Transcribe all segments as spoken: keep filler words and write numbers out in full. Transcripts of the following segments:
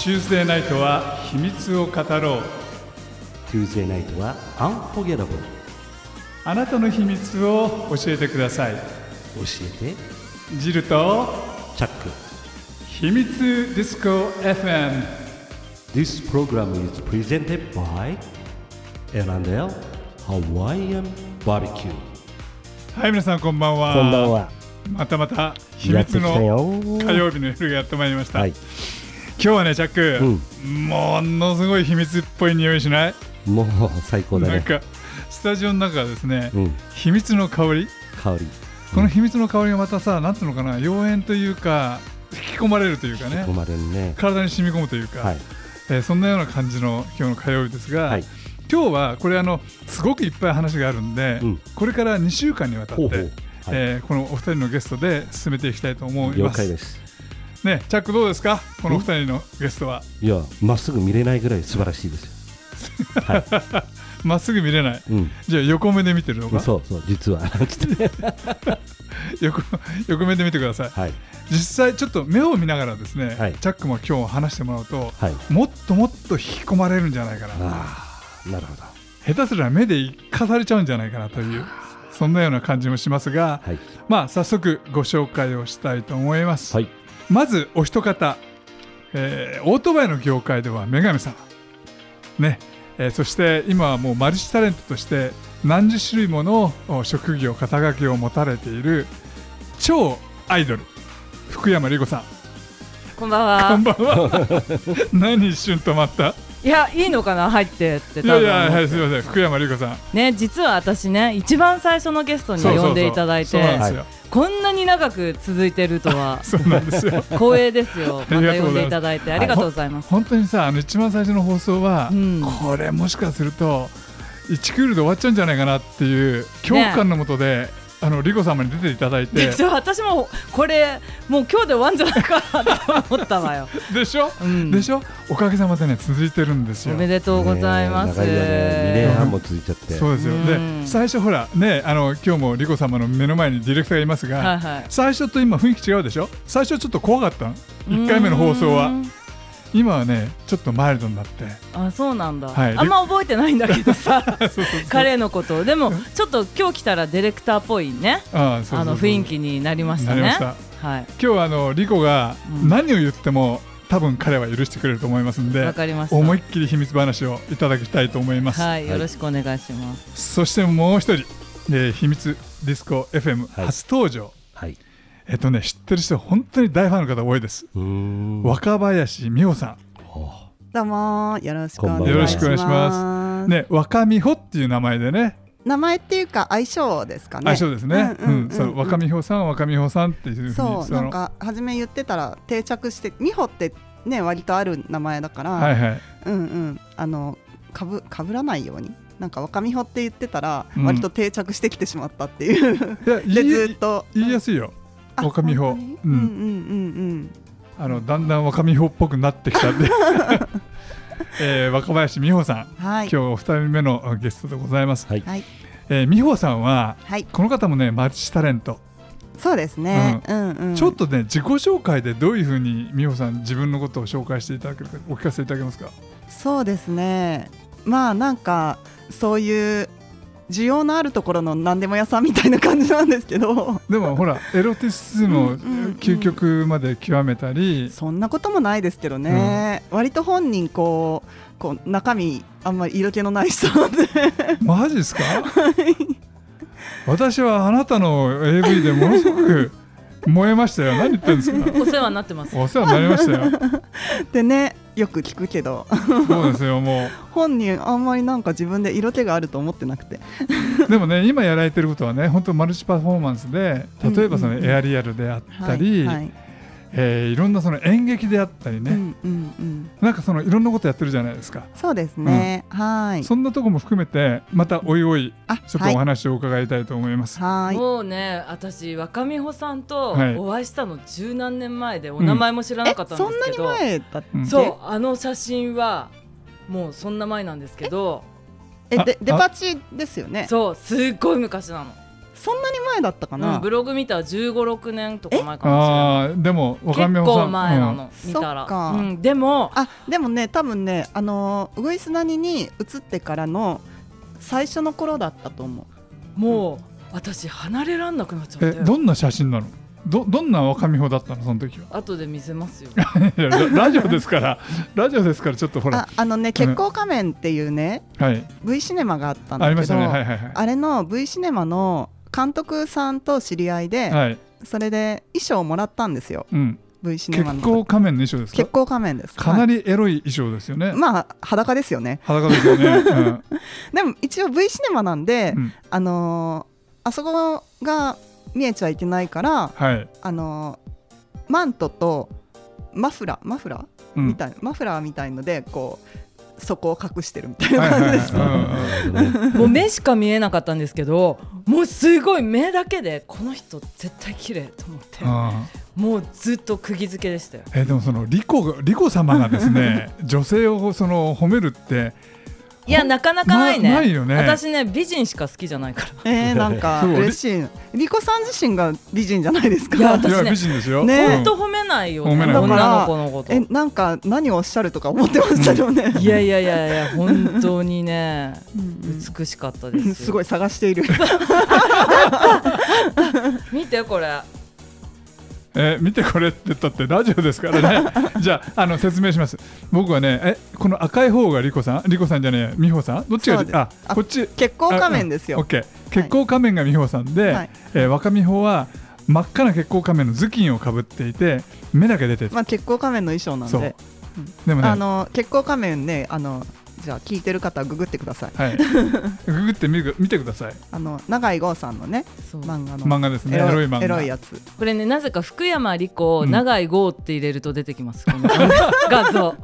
Tuesday ナイトは秘密を語ろう。 Tuesday ナイトは Unforgettable。 あなたの秘密を教えてください。 教えてジルとチャック。 秘密ディスコ エフエム。 This program is presented by エルアンドエル Hawaiian Barbecue。 はい、皆さんこんばんは。 こんばんは。 またまた秘密の火曜日の夜がやってまいりました、はい、今日はねチャック、うん、ものすごい秘密っぽい匂いしない？ もう最高だね。 なんかスタジオの中はですね、うん、秘密の香り香り、 この秘密の香りがまたさ、なんていうのかな、妖艶というか引き込まれるというかね、 引き込まれるね、 体に染み込むというか、はい、えー、そんなような感じの今日の火曜日ですが、はい、今日はこれあのすごくいっぱい話があるんで、うん、これからにしゅうかんにわたってほうほう、はい、えー、このお二人のゲストで進めていきたいと思います。 了解ですね。チャックどうですか、このお二人のゲストは？ いや、まっすぐ見れないぐらい素晴らしいですよはい、 まっすぐ見れない、うん、じゃあ横目で見てるのか？ そうそう実は横, 横目で見てください、はい、実際ちょっと目を見ながらですね、はい、チャックも今日話してもらうと、はい、もっともっと引き込まれるんじゃないかな。 あ、なるほど。 下手すら目で生かされちゃうんじゃないかなという、そんなような感じもしますが、はい、まあ早速ご紹介をしたいと思います、はい、まずお一方、えー、オートバイの業界では女神さんね、えー、そして今はもうマルチタレントとして何十種類もの職業肩書きを持たれている超アイドル福山莉子さん。 こんばんは。 こんばんは何一瞬止まった？ いや、いいのかな入ってって多分。 いやいや、はい、すみません、福山莉子さんね。実は私ね、一番最初のゲストに呼んでいただいて、そうそうそう、そうなんですよ。こんなに長く続いてるとはそうなんですよ光栄ですよ。また呼んでいただいてありがとうございます。 本当にさ、あの一番最初の放送は、うん、これもしかするといちクールで終わっちゃうんじゃないかなっていう恐怖感のもとで、ね、あの莉子様に出ていただいて、 私もこれもう今日で終わんじゃないかなと思ったわよでしょ、うん、でしょ。おかげさまでね続いてるんですよ。 おめでとうございます。 長いよね、にねんはんも続いちゃって。 そうですよ。で、最初ほらね、あの今日も莉子様の目の前にディレクターがいますが、はいはい、最初と今雰囲気違うでしょ。最初ちょっと怖かったの、いっかいめの放送は。今はねちょっとマイルドになって。 あ、そうなんだ、はい、あんま覚えてないんだけどさそうそうそう、彼のことでもちょっと今日来たらディレクターっぽいね、ああ、そうそうそう、あの雰囲気になりましたね。なりました、はい、今日はあの莉子が何を言っても、うん、多分彼は許してくれると思いますので、わかりました。思いっきり秘密話をいただきたいと思います。 はい、よろしくお願いします。 そしてもう一人、えー、秘密ディスコ エフエム 初登場、はいはい、えっとね、知ってる人本当に大ファンの方多いです。うーん、若林美穂さん。 どうもよろしくお願いします。 よろしくお願いしますね。若美穂っていう名前でね、 名前っていうか相性ですかね。 相性ですね。若美穂さん、若美穂さんっていうふうに、 そう、なんか初め言ってたら定着して、美穂ってね割とある名前だから、はいはい、うんうん、あのかぶかぶらないように、なんか若美穂って言ってたら割と定着してきてしまったっていう、うん、でずっと言いやすいよ、若美穂。うんうんうんうん。あのだんだん若美穂っぽくなってきたんで、えー、若林美穂さん、はい、今日お二人目のゲストでございます、はい、えー、美穂さんは、はい、この方もねマルチタレント。 そうですね、うんうんうん、 ちょっとね自己紹介でどういうふうに美穂さん自分のことを紹介していただけるかお聞かせいただけますか？ そうですね、まあなんかそういう需要のあるところの何でも屋さんみたいな感じなんですけど、でもほらエロティスも究極まで極めたり、うんうんうん、 そんなこともないですけどね、うん、割と本人こう、こう中身あんまり色気のない人なんでマジですか？私はあなたの エーブイ でものすごく燃えましたよ。何言ってるんですか？ お世話になってます。 お世話になりましたよでね、よく聞くけどそうですよ、もう本人あんまりなんか自分で色気があると思ってなくてでもね、今やられてることはね、本当マルチパフォーマンスで、例えばそのエアリアルであったり、はいはい、えー、いろんなその演劇であったりね、うんうんうん、なんかそのいろんなことやってるじゃないですか。 そうですね、うん、はい、 そんなとこも含めてまたおいおいちょっとお話を伺いたいと思います。 はい、もうね、私若美穂さんとお会いしたの十何年前で、お名前も知らなかったんですけど、 うん、そんなに前だっけ？ そう、あの写真はもうそんな前なんですけど、 えでデパ地ですよね。 そう、すっごい昔なの。 そんなに前だったかな、 うん、ブログ見たらじゅうご、ろくねんとか前かもしれない。 あでも若美穂さん結構前なの、うん、見たら、うん、でもあでもね多分ねあのウグイスナニに移ってからの最初の頃だったと思う。もう、うん、私離れらんなくなっちゃったよ。 えどんな写真なの？ど, どんな若美穂だったのその時は。 後で見せますよラ, ラジオですからラジオですからちょっとほらあ, あのね結構仮面っていうね、うんはい、V シネマがあったんだけど あ, りましたね、はいはいはい、あれの V シネマの監督さんと知り合いで、はい、それで衣装をもらったんですよ、うん、V シネマの結構仮面の衣装ですか？ 結構仮面です。 かなりエロい衣装ですよね、はい、 まあ裸ですよね裸ですよね、うん、 でも一応 V シネマなんで、うん、あのー、あそこが見えちゃいけないから、はい、あのマントとマフラーマフラー、うん、みたいなマフラーみたいのでこうそこを隠してるみたいな感じでした。 もう目しか見えなかったんですけど、もうすごい目だけでこの人絶対綺麗と思ってもうずっと釘付けでしたよ。 えー、でもそのリコリコ様がですね女性をその褒めるっていやなかなかないね。 な、ないよね。 私ね美人しか好きじゃないから。 えー、なんか嬉しい。リコさん自身が美人じゃないですか。 いや私ね、 いや美人ですよ。 ね、本当褒めないよ、ね。 褒めない。 女の子のこと。 えなんか何をおっしゃるとか思ってましたよね。 いやいやいやいや本当にね美しかったですよ。 すごい探している。 見てこれ。 えー、見てこれって言ったってラジオですからねじゃあ、 あの説明します。僕はねえこの赤い方がリコさんリコさんじゃねえ美穂さんどっちがあこっち結構仮面ですよ。 オッケー結構仮面が美穂さんで、はいえー、若美穂は真っ赤な結構仮面の頭巾をかぶっていて目だけ出てる、 まあ、結構仮面の衣装なんで、うん、でもねあの結構仮面ねあのじゃあ聞いてる方はググってください、はい、 ググってみ見てください。 あの永井豪さんのね漫画の漫画ですね。エロい漫画エロいやつ。 これねなぜか福山莉子、うん、永井豪って入れると出てきますこの画像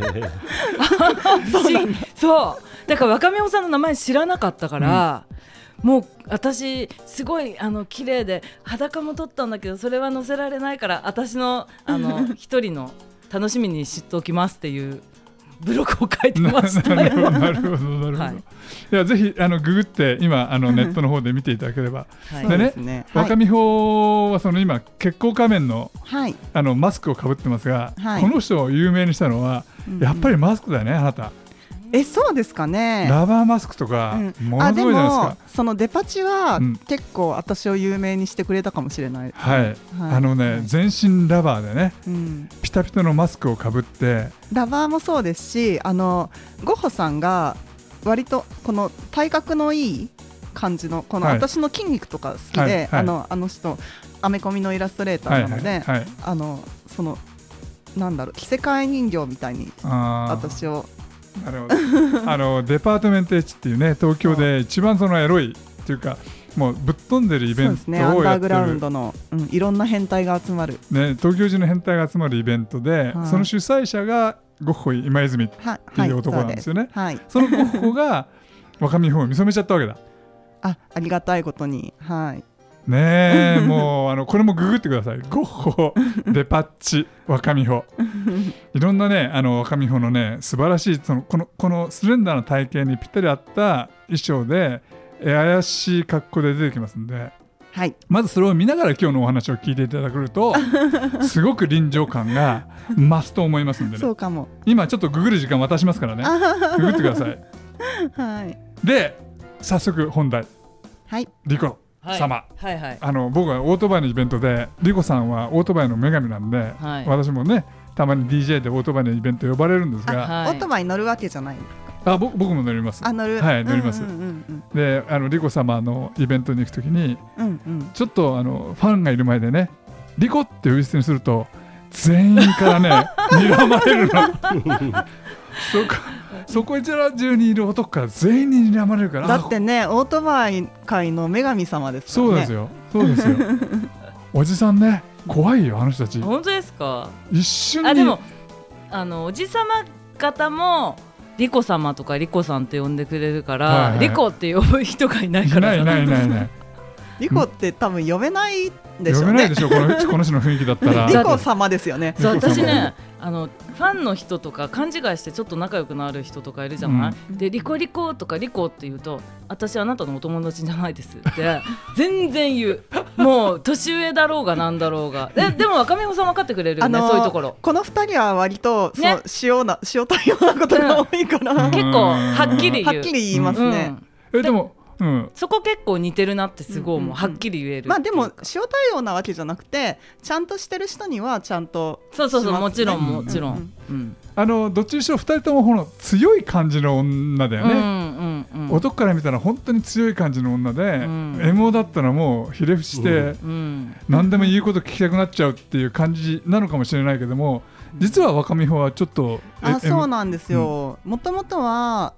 そうなんだ。そうだから若美穂さんの名前知らなかったから、うん、もう私すごいあの綺麗で裸も撮ったんだけどそれは載せられないから私のあの一人の楽しみに知っておきますっていうブログを書いてましたよ。 なるほどなるほどなるほど、はい、いやぜひあのググって今あのネットの方で見ていただければ、はい、でね、ねはい、若美穂はその今結構仮面の、はい、あのマスクをかぶってますが、はい、この人を有名にしたのは、うん、やっぱりマスクだよねあなた。 えそうですかね。 ラバーマスクとか、うん、ものすごいじゃないですか。 あでもそのデパ地は、うん、結構私を有名にしてくれたかもしれない、 はいはい、あのね、はい、全身ラバーでね、うん、ピタピタのマスクをかぶってラバーもそうですしあのゴッホさんが割とこの体格のいい感じのこの私の筋肉とか好きで、はいはいはい、あのあの人アメコミのイラストレーターなので、はいはいはい、あのそのなんだろう着せ替え人形みたいに私をなるほどあのデパートメントエッジっていうね東京で一番そのエロいっていうかもうぶっ飛んでるイベントをやってる。そうですねアンダーグラウンドの、うん、いろんな変態が集まる、ね、東京中の変態が集まるイベントで、はい、その主催者がゴッホ今泉っていう男なんですよね、はいはい、そ, そのゴッホが若美穂を見初めちゃったわけだあ, ありがたいことにはいねえもうあのこれもググってくださいゴッホデパッチ若美穂いろんなねあの若美穂のね素晴らしいそのこのこのスレンダーな体型にぴったり合った衣装で怪しい格好で出てきますんで、はい、まずそれを見ながら今日のお話を聞いていただくとすごく臨場感が増すと思いますんでねそうかも今ちょっとググる時間渡しますからねググってください、はい、で早速本題、はい、リコ様、はいはいはい、あの僕はオートバイのイベントでリコさんはオートバイの女神なんで、はい、私もねたまに ディージェー でオートバイのイベント呼ばれるんですが、 はい、オートバイ乗るわけじゃないあ 僕, 僕も乗りますあ乗る、 はい、乗ります、うんうんうん、であのリコ様のイベントに行くときに、うんうん、ちょっとあのファンがいる前でねリコって呼び捨てにすると全員からね睨まれるのそこそこいちら中にいる男から全員に睨まれるからだってねオートバイ界の女神様ですからね。 そうですよそうですよおじさんね怖いよあの人たち。 本当ですか。 一瞬にあでもあのおじさま方もリコ様とかリコさんって呼んでくれるから、はいはい、リコって呼ぶ人がいないからいないいないいないリコって多分呼べないでしょうね。 呼べないでしょこのこの人の雰囲気だったらリコ様ですよね。 そう私ねあのファンの人とか勘違いしてちょっと仲良くなる人とかいるじゃない、うん、でリコリコとかリコって言うと私あなたのお友達じゃないですって全然言うもう年上だろうがなんだろうがで, でも若美穂さん分かってくれるよね、あのー、そういうところ。 このふたりは割とそう、ね、塩な塩対応なことが多いから、うん、 結構はっきり言うはっきり言いますね、 うん、えでもうん、 そこ結構似てるなってすごいもうはっきり言える、 まあでも塩対応なわけじゃなくてちゃんとしてる人にはちゃんとします、ね、 そうそうそうもちろんもちろん、うんうん、 あのどっちにしろふたりともほの強い感じの女だよね、うんうんうん、男から見たら本当に強い感じの女で、うん、エモだったらもうひれ伏して、うん、何でも言うこと聞きたくなっちゃうっていう感じなのかもしれないけども、実は若美穂はちょっとあそうなんですよ、もともとは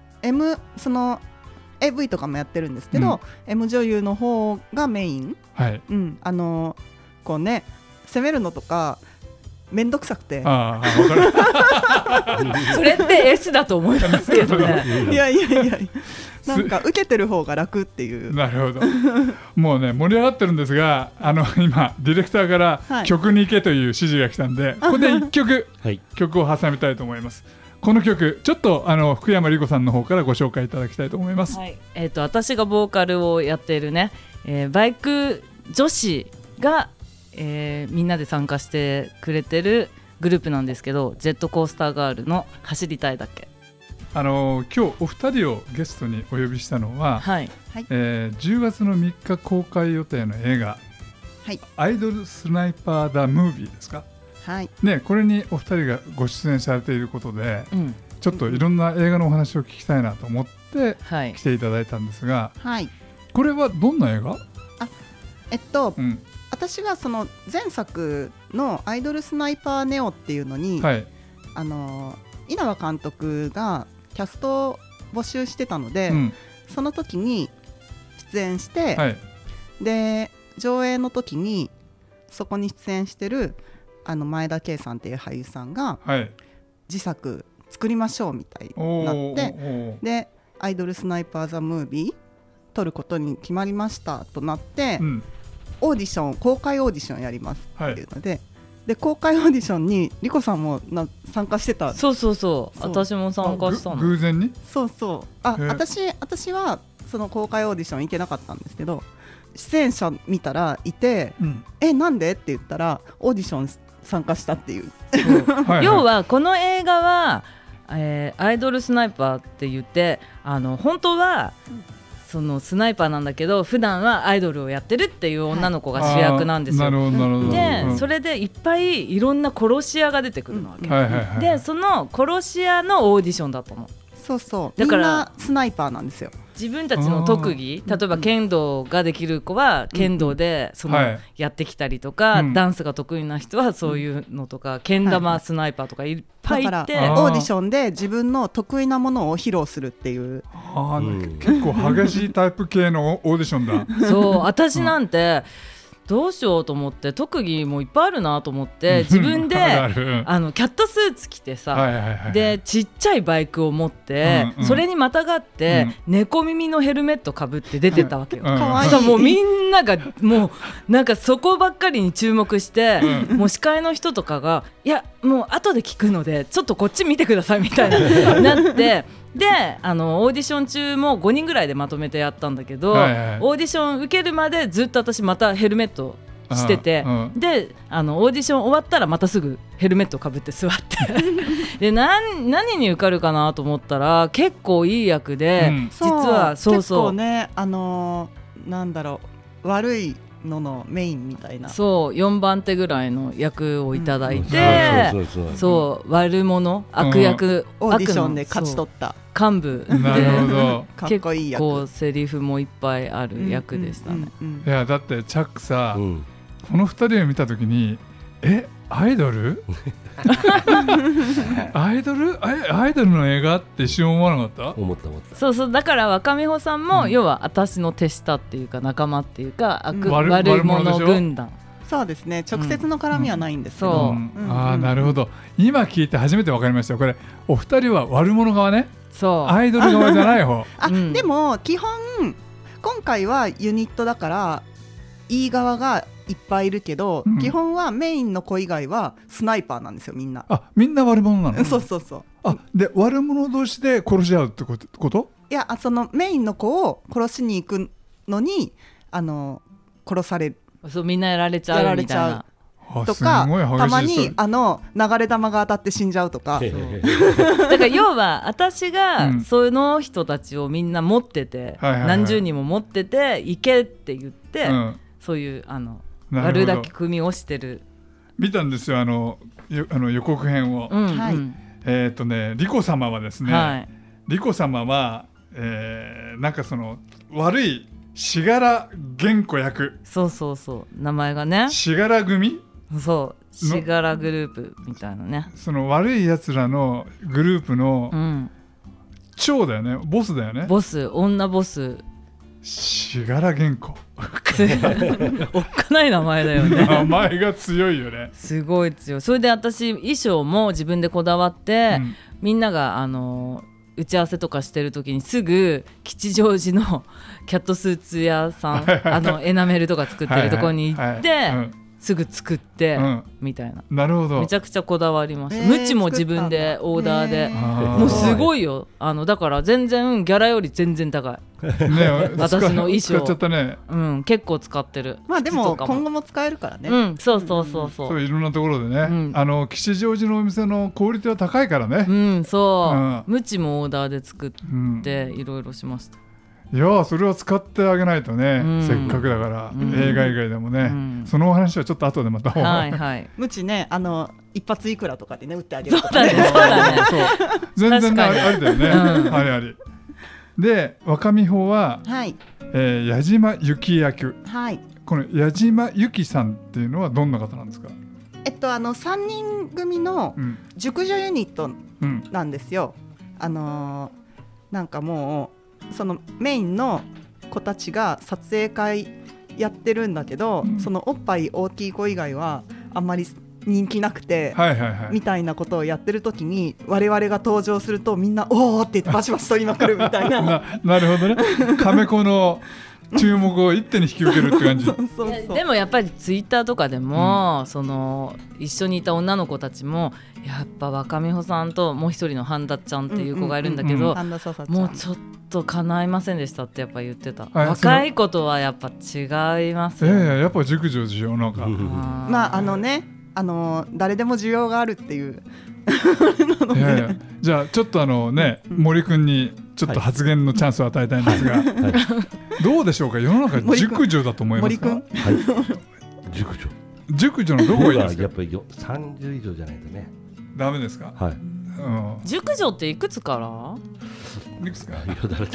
M そのエーブイ とかもやってるんですけど、うん、M 女優の方がメイン、はいうん、あのこうね攻めるのとかめんどくさくてああ分かるそれって S だと思いますけどねいやいやいやなんか受けてる方が楽っていうなるほどもうね盛り上がってるんですが、あの今ディレクターから曲に行けという指示が来たんで、はい、ここでいっきょく、はい、曲を挟みたいと思います。この曲ちょっとあの福山莉子さんの方からご紹介いただきたいと思います、 はいえー、と私がボーカルをやっているね、えー、バイク女子が、えー、みんなで参加してくれてるグループなんですけど、ジェットコースターガールの走りたいだけ。 あのー、今日お二人をゲストにお呼びしたのは、はいえー、じゅうがつのみっか公開予定の映画、はい、アイドルスナイパー・ザ・ムービーですか。はいね、これにお二人がご出演されていることで、うん、ちょっといろんな映画のお話を聞きたいなと思って来ていただいたんですが、はい、これはどんな映画？ あえっと、うん、私がその前作のアイドルスナイパーネオっていうのに、はい、あの稲葉監督がキャストを募集してたので、うん、その時に出演して、はい、で上映の時にそこに出演してるあの前田圭さんっていう俳優さんが、はい、自作作りましょうみたいになってでアイドルスナイパーザムービー撮ることに決まりましたとなって、うん、オーディション公開オーディションやりますっていうので、はい、で公開オーディションにリコさんもな参加してた。 そうそうそうそう私も参加したの。 偶然にそうそうあ私私はその公開オーディション行けなかったんですけど、出演者見たらいて、うん、えなんでって言ったらオーディション参加したっていうはい、はい、要はこの映画は、えー、アイドルスナイパーって言ってあの本当はそのスナイパーなんだけど普段はアイドルをやってるっていう女の子が主役なんですよ、はい、なるほどなるほど。で、うん、それでいっぱいいろんな殺し屋が出てくるわけ、うんはいはいはい、でその殺し屋のオーディションだったの。 そうそうだからみんなスナイパーなんですよ。 自分たちの特技、例えば剣道ができる子は剣道でそのやってきたりとか、うん、ダンスが得意な人はそういうのとか、うん、剣玉スナイパーとかいっぱいいて、だからオーディションで自分の得意なものを披露するっていう、 あ、うん、結構激しいタイプ系のオーディションだそう私なんて、どうしようと思って特技もいっぱいあるなと思って自分であのキャットスーツ着てさ、はいはいはい、でちっちゃいバイクを持って、うんうん、それにまたがって、うん、猫耳のヘルメットかぶって出てたわけよ、うん、かわいい。もうみんながもうなんかそこばっかりに注目して、うん、もう司会の人とかがいやもう後で聞くのでちょっとこっち見てくださいみたいななってであのオーディション中もごにんぐらいでまとめてやったんだけど、はいはい、オーディション受けるまでずっと私またヘルメットしてて、うん、であのオーディション終わったらまたすぐヘルメットかぶって座ってで何、何に受かるかなと思ったら結構いい役で、うん、実はそうそう結構ねあのー、なんだろう悪いののメインみたいなそうよんばん手ぐらいの役をいただいて、うん、そうそうそうそうそう悪者悪役、 うん、オーディションで勝ち取った幹部でなるほどかっこいい役結構セリフもいっぱいある役でしたね、うんうんうん、いやだってチャックさ、うん、このふたりを見たときにえアイドルアイドルアイドルの映画って一瞬思わなかった？ 思った思ったそうそうだから若美穂さんも、うん、要は私の手下っていうか仲間っていうか、うん、悪, 悪い者軍団そうですね直接の絡みはないんですけど、 うんうんうん、あなるほど今聞いて初めて分かりましたよ。これお二人は悪者側ねそうアイドル側じゃない方あ、うん、でも基本今回はユニットだからいい側がいっぱいいるけど、うん、基本はメインの子以外はスナイパーなんですよみんな。 あ、みんな悪者なの？ そうそうそう。 あ、で悪者同士で殺し合うってこと？ いや、そのメインの子を殺しに行くのにあの殺される。 そう、みんなやられちゃうみたいなとか、たまにあの流れ弾が当たって死んじゃうとか。 だから要は私がその人たちをみんな持ってて、うん、何十人も持ってて行けって言って、うん、そういうあの悪だけ組をしてる。 見たんですよ、あのあの予告編を、うんうん、えっとねリコ様はですね、はい、リコ様は、えー、なんかその悪いしがら玄子役。 そうそうそう、名前がねしがら組。 そうしがらグループみたいなね。 その悪いやつらのグループの長だよね、ボスだよね。 ボス、女ボスしがら玄子。 おっかない名前だよね。 名前が強いよね。 すごい強い。それで私衣装も自分でこだわって、うん、みんながあの打ち合わせとかしてる時にすぐ吉祥寺のキャットスーツ屋さんあのエナメルとか作ってるところに行って、はいはいはい、うん、すぐ作って、うん、みたいな。 なるほど。 めちゃくちゃこだわりました、えー、ムチも自分でオーダーで、えー、もうすごいよ。あのだから全然ギャラより全然高い。ね、私の衣装使っちゃったね、 うん、結構使ってる。 まあでも今後も使えるからね、 うん、そうそうそうそう、 そういろんなところでね、うん、あの吉祥寺のお店のクオリティは高いからね。 うん、そう、うん、ムチもオーダーで作っていろいろしました。 いや、それは使ってあげないとね、うん、せっかくだから、うん、映画以外でもね、うん、そのお話はちょっと後でまた、 はいはい、 ムチね、あの一発いくらとかでね売ってあげるとかね。そうだね、そうだね。 そう全然ね、あれだよね、うん、あれあれで若美穂は、はい、えー、矢島由紀役、はい、この矢島由紀さんっていうのはどんな方なんですか？ えっとあのさんにん組の熟女ユニットなんですよ、うん、あのー、なんかもうそのメインの子たちが撮影会やってるんだけど、うん、そのおっぱい大きい子以外はあんまり人気なくて、はいはいはい、みたいなことをやってる時に我々が登場するとみんなおーって言ってバシバシ取りまくるみたいなな, なるほどね。カメ子の注目を一手に引き受けるって感じ。そうそうそう。でもやっぱりツイッターとかでも、うん、その一緒にいた女の子たちもやっぱ若美穂さんともう一人の半田ちゃんっていう子がいるんだけど、もうちょっと叶いませんでしたってやっぱ言ってた。若い子とはやっぱ違いますよ、ね。 えー、やっぱ熟女でしょなんか。 まああのね、あの誰でも需要があるっていういやいや、じゃあちょっとあのね、森くんにちょっと発言のチャンスを与えたいんですが、はいはい、どうでしょうか、世の中熟女だと思いますか？ はい、熟女熟女のどこがいいですか？ やっぱりさんじゅう以上じゃないとねダメですか？はい、うん、 熟女っていくつからいくつか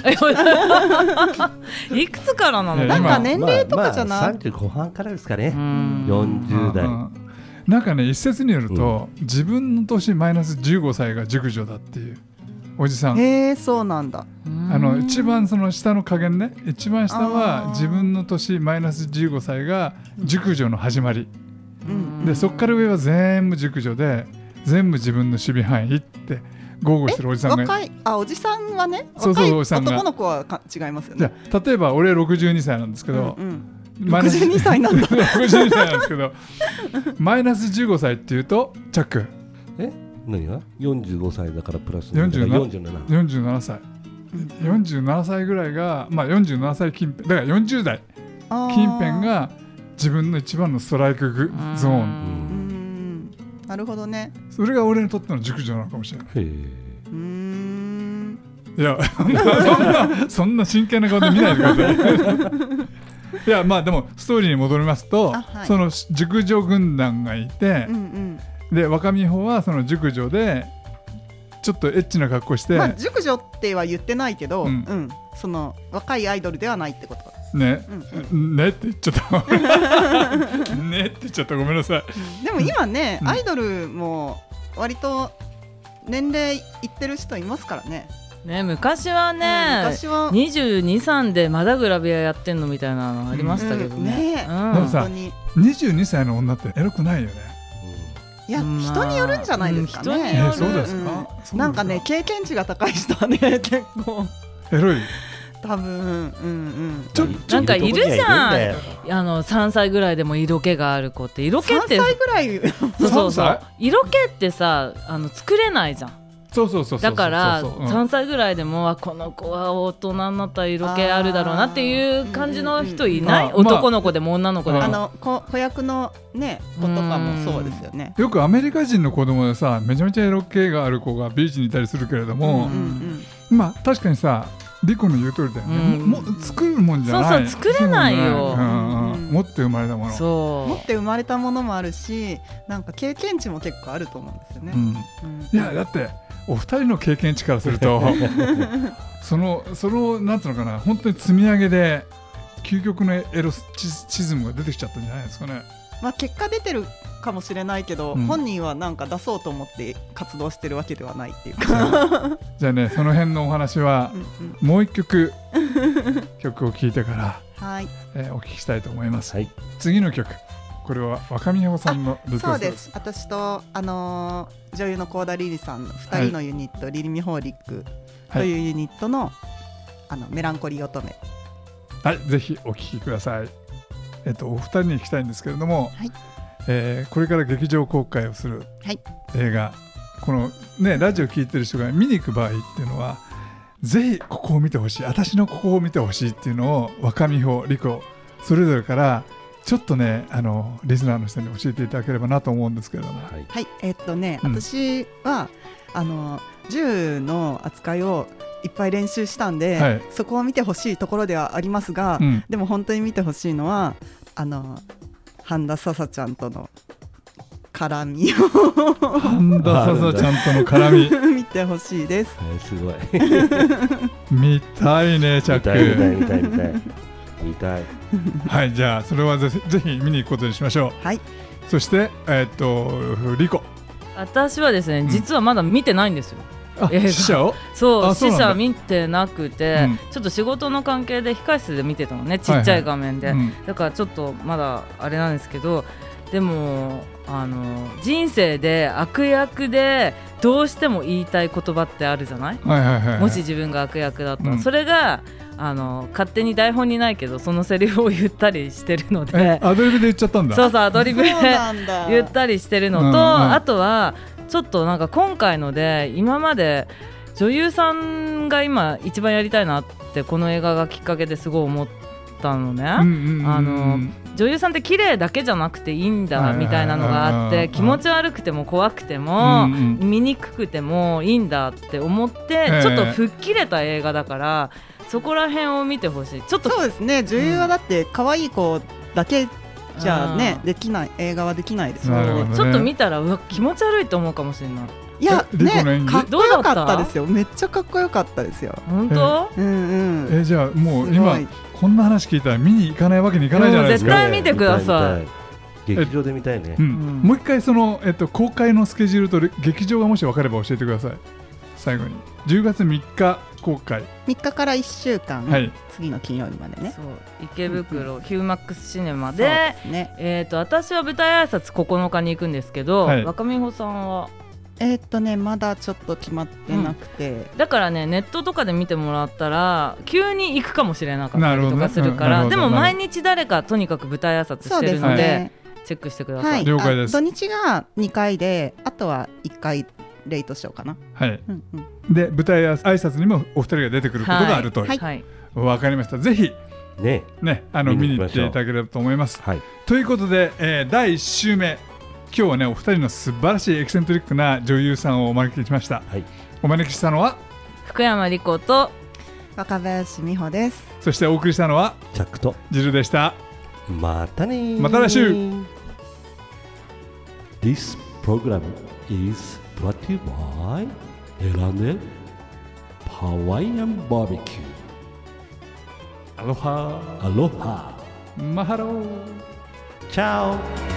いくつからなの？ なんか年齢とかじゃない、まあまあ、 さんじゅう後半からですかね。よんじゅう代、 なんかね、一説によると、うん、自分の年マイナスじゅうごさいが熟女だっていうおじさん。 へえ、そうなんだ。 あの一番その下の加減ね、一番下は自分の年マイナスじゅうごさいが熟女の始まり、うん、でそっから上は全部熟女で全部自分の守備範囲って豪語してるおじさんが。 若い、あ、おじさんはね、 そうそう、おじさんが。 男の子はか違いますよね。 じゃあ例えば俺ろくじゅうにさいなんですけど、うんうん、 ろくじゅうにさいなんだ。 ろくじゅうにさいなんですけどマイナスじゅうごさいっていうとチャック、 え、何がよんじゅうごさいだからプラスよんじゅうなな、よんじゅうなな、よんじゅうななさい、よんじゅうななさいぐらいが、まあ、よんじゅうななさい近辺だからよんじゅう代近辺が自分の一番のストライクグゾーン。うん、 なるほどね。それが俺にとっての熟女なのかもしれない。へー、うーん、いやそんなそんな真剣な顔で見ないでくださいいや、まあでもストーリーに戻りますと、はい、その熟女軍団がいて、うんうん、で若美穂はその熟女でちょっとエッチな格好して、まあ、 熟女っては言ってないけど、うんうん、その若いアイドルではないってことね、うんうん、ねって言っちゃったねって言っちゃった、ごめんなさい、 うん、でも今ね、うん、アイドルも割と年齢いってる人いますからね。 ね、昔はね、うん、昔はにじゅうに、さんでまだグラビアやってんのみたいなのありましたけどね、 うんうん、でもさにじゅうにさいの女ってエロくないよね。 いや、まあ、人によるんじゃないですかね、 うん、えー、そうですか、 うん、なんかね経験値が高い人はね結構エロい。 多分うんうんちょなんかいるじゃんあのさんさいぐらいでも色気がある子って色気ってさんさいぐらいそうそうそう色気ってさあの作れないじゃんそうそうそうそうだからさんさいぐらいでもこの子は大人になったら色気あるだろうなっていう感じの人いない、うんうん、男の子でも女の子でも、 あの子役のね子とかもそうですよね。 よくアメリカ人の子供でさめちゃめちゃ色気がある子がビーチにいたりするけれども、うんうんうん、まあ確かにさリコの言う通りだよね、うん、も作るもんじゃないそうそう作れないよ、 うんうん、持って生まれたものそう持って生まれたものもあるしなんか経験値も結構あると思うんですよね、 うんうん、いやだってお二人の経験値からするとそのそのなんつうのかな本当に積み上げで究極のエロチズムが出てきちゃったんじゃないですかね。 まあ結果出てるかもしれないけど、うん、本人はなんか出そうと思って活動してるわけではないっていうかじゃあねその辺のお話はもう一曲曲を聴いてから、 はいえー、お聞きしたいと思います、はい、次の曲これは若宮穂さんのリクエストです。 そうです私と、あのー、女優の幸田リリさんのふたりのユニット、はい、リリミホーリックというユニット の,、はい、あのメランコリー乙女はいぜひお聴きください。えっと、お二人に聞きたいんですけれども、はいえー、これから劇場公開をする映画、はい、このねラジオ聞いてる人が見に行く場合っていうのはぜひここを見てほしい私のここを見てほしいっていうのを若美穂リコそれぞれからちょっとねあのリスナーの人に教えていただければなと思うんですけれどもはい、はい、えー、っとね、うん、私はあの銃の扱いをいっぱい練習したんで、はい、そこを見てほしいところではありますが、うん、でも本当に見てほしいのはあの半田笹ちゃんとの絡みを半田笹ちゃんとの絡み見てほしいです、 えー、すごい見たいねチャック見たい見たい見たい見たいはいじゃあそれはぜひ、ぜひ見に行くことにしましょう。 はいそしてえー、っとリコ私はですね、うん、実はまだ見てないんですよ死者をそう死者見てなくて、うん、ちょっと仕事の関係で控室で見てたのねちっちゃい画面で、はいはいうん、だからちょっとまだあれなんですけどでもあの人生で悪役でどうしても言いたい言葉ってあるじゃない、 はいはいはいはい、 もし自分が悪役だったら、うん、それがあの勝手に台本にないけどそのセリフを言ったりしてるのでアドリブで言っちゃったんだそうそうアドリブで言ったりしてるのと、うんうん、あとはちょっとなんか今回ので今まで女優さんが今一番やりたいなってこの映画がきっかけですごい思ったのね、うんうんうん、あの女優さんって綺麗だけじゃなくていいんだみたいなのがあって気持ち悪くても怖くても、うんうん、見にくくてもいいんだって思ってちょっと吹っ切れた映画だからそこら辺を見てほしい。ちょっとそうですね女優はだって可愛い子だけじゃあねできない映画はできないですよ、 ね、ちょっと見たらうわ気持ち悪いと思うかもしれない。 いやねかっこよかったですよめっちゃかっこよかったですよ本当、 うんうん、 えじゃあもう今こんな話聞いたら見に行かないわけにいかないじゃないですか。 絶対見てください劇場で見たいね、 うんうん、もう一回その、えっと、公開のスケジュールと劇場がもし分かれば教えてください。最後にじゅうがつみっか公開みっかからいっしゅうかん、はい、次の金曜日までねそう池袋、うん、ヒューマックスシネマ で, で、ねえー、と私は舞台挨拶ここのかに行くんですけど、はい、若美穂さんはえーっとねまだちょっと決まってなくて、うん、 だからねネットとかで見てもらったら急に行くかもしれなかったりとかするから、ね、でも毎日誰かとにかく舞台挨拶してるの で, で、ね、チェックしてください、はい、 了解です。 土日がにかいであとはいっかいレイトショーかな。 はい、うんうん、で舞台挨拶にもお二人が出てくることがあると、はいはい、分かりました。ぜひね、ね、あの見に行っていただければと思います、はい、ということで、えー、だいいっ週目今日はねお二人の素晴らしいエキセントリックな女優さんをお招きしました、はい、お招きしたのは福山莉子と若林美穂です。 そしてお送りしたのはチャックとジルでした。 またねまた来週。 This program is brought to you by エラネハワイアンバーベキュー。 アロハアロハマハローチャオ。